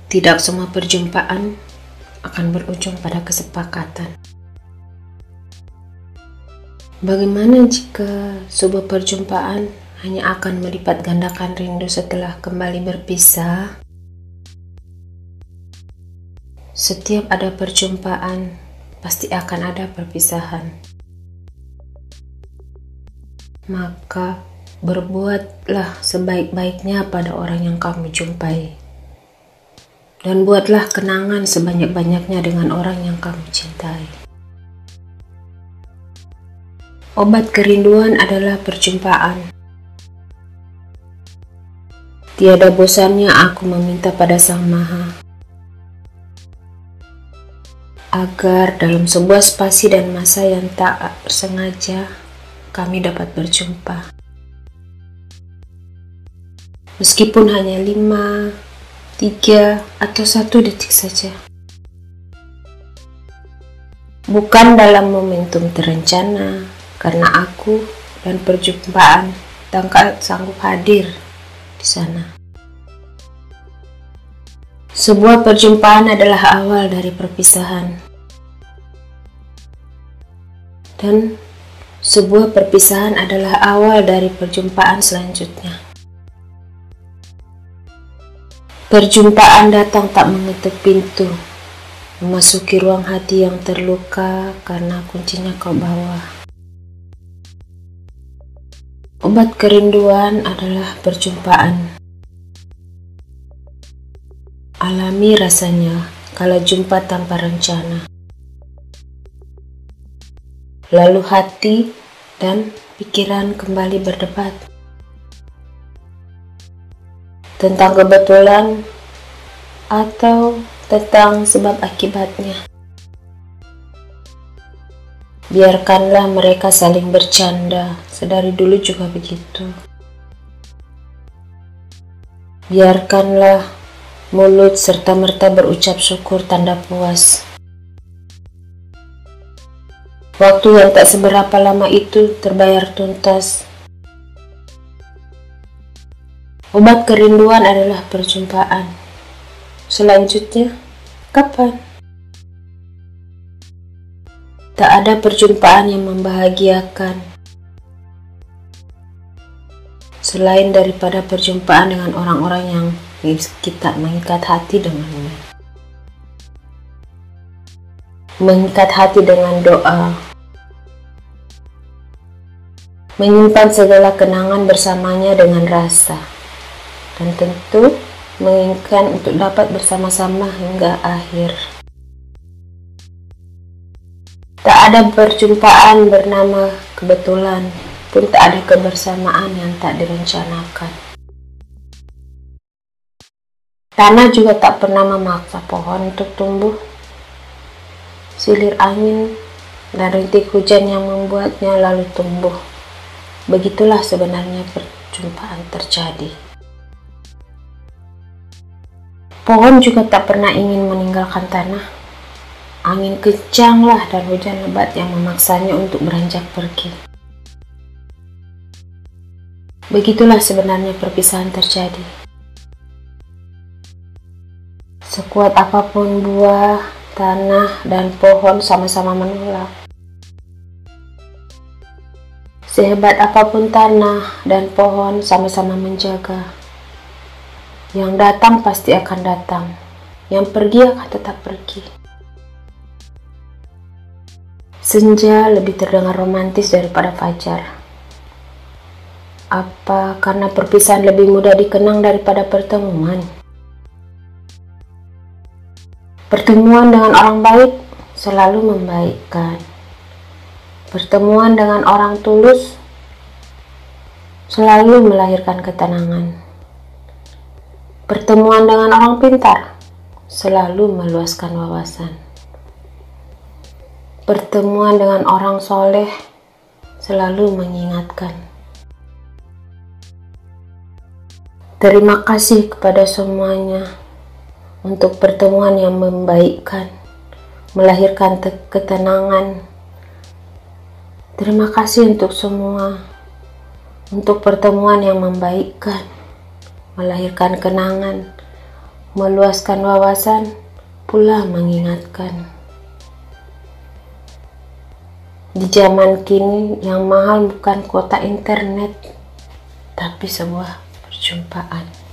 Tidak semua perjumpaan akan berujung pada kesepakatan. Bagaimana jika sebuah perjumpaan hanya akan melipat gandakan rindu setelah kembali berpisah? Setiap ada perjumpaan, pasti akan ada perpisahan. Maka, berbuatlah sebaik-baiknya pada orang yang kamu jumpai. Dan buatlah kenangan sebanyak-banyaknya dengan orang yang kamu cintai. Obat kerinduan adalah perjumpaan. Tiada bosannya aku meminta pada Sang Maha agar dalam sebuah spasi dan masa yang tak sengaja kami dapat berjumpa. Meskipun hanya 5, 3, atau 1 detik saja. Bukan dalam momentum terencana, karena aku dan perjumpaan tak sanggup hadir di sana. Sebuah perjumpaan adalah awal dari perpisahan. Dan sebuah perpisahan adalah awal dari perjumpaan selanjutnya. Perjumpaan datang tak mengetuk pintu, memasuki ruang hati yang terluka karena kuncinya kau bawa. Obat kerinduan adalah perjumpaan. Alami rasanya kala jumpa tanpa rencana. Lalu hati dan pikiran kembali berdebat tentang kebetulan atau tentang sebab akibatnya. Biarkanlah mereka saling bercanda, sedari dulu juga begitu. Biarkanlah mulut serta-merta berucap syukur tanda puas. Waktu yang tak seberapa lama itu terbayar tuntas. Obat kerinduan adalah perjumpaan. Selanjutnya, kapan? Tak ada perjumpaan yang membahagiakan selain daripada perjumpaan dengan orang-orang yang kita mengikat hati dengannya. Mengikat hati dengan doa. Menyimpan segala kenangan bersamanya dengan rasa. Dan tentu menginginkan untuk dapat bersama-sama hingga akhir. Tak ada perjumpaan bernama kebetulan, pun tak ada kebersamaan yang tak direncanakan. Tanah juga tak pernah memaksa pohon untuk tumbuh. Silir angin dan rintik hujan yang membuatnya lalu tumbuh. Begitulah sebenarnya perjumpaan terjadi. Pohon juga tak pernah ingin meninggalkan tanah. Angin kencanglah dan hujan lebat yang memaksanya untuk beranjak pergi. Begitulah sebenarnya perpisahan terjadi. Sekuat apapun buah, tanah, dan pohon sama-sama menolak. Sehebat apapun tanah dan pohon sama-sama menjaga. Yang datang pasti akan datang, yang pergi akan tetap pergi. Senja lebih terdengar romantis daripada fajar. Apa karena perpisahan lebih mudah dikenang daripada pertemuan? Pertemuan dengan orang baik selalu membaikkan. Pertemuan dengan orang tulus selalu melahirkan ketenangan. Pertemuan dengan orang pintar selalu meluaskan wawasan. Pertemuan dengan orang soleh selalu mengingatkan. Terima kasih kepada semuanya untuk pertemuan yang membaikkan, melahirkan ketenangan. Terima kasih untuk semua, untuk pertemuan yang membaikkan, melahirkan kenangan, meluaskan wawasan, pula mengingatkan. Di zaman kini yang mahal bukan kuota internet, tapi sebuah perjumpaan.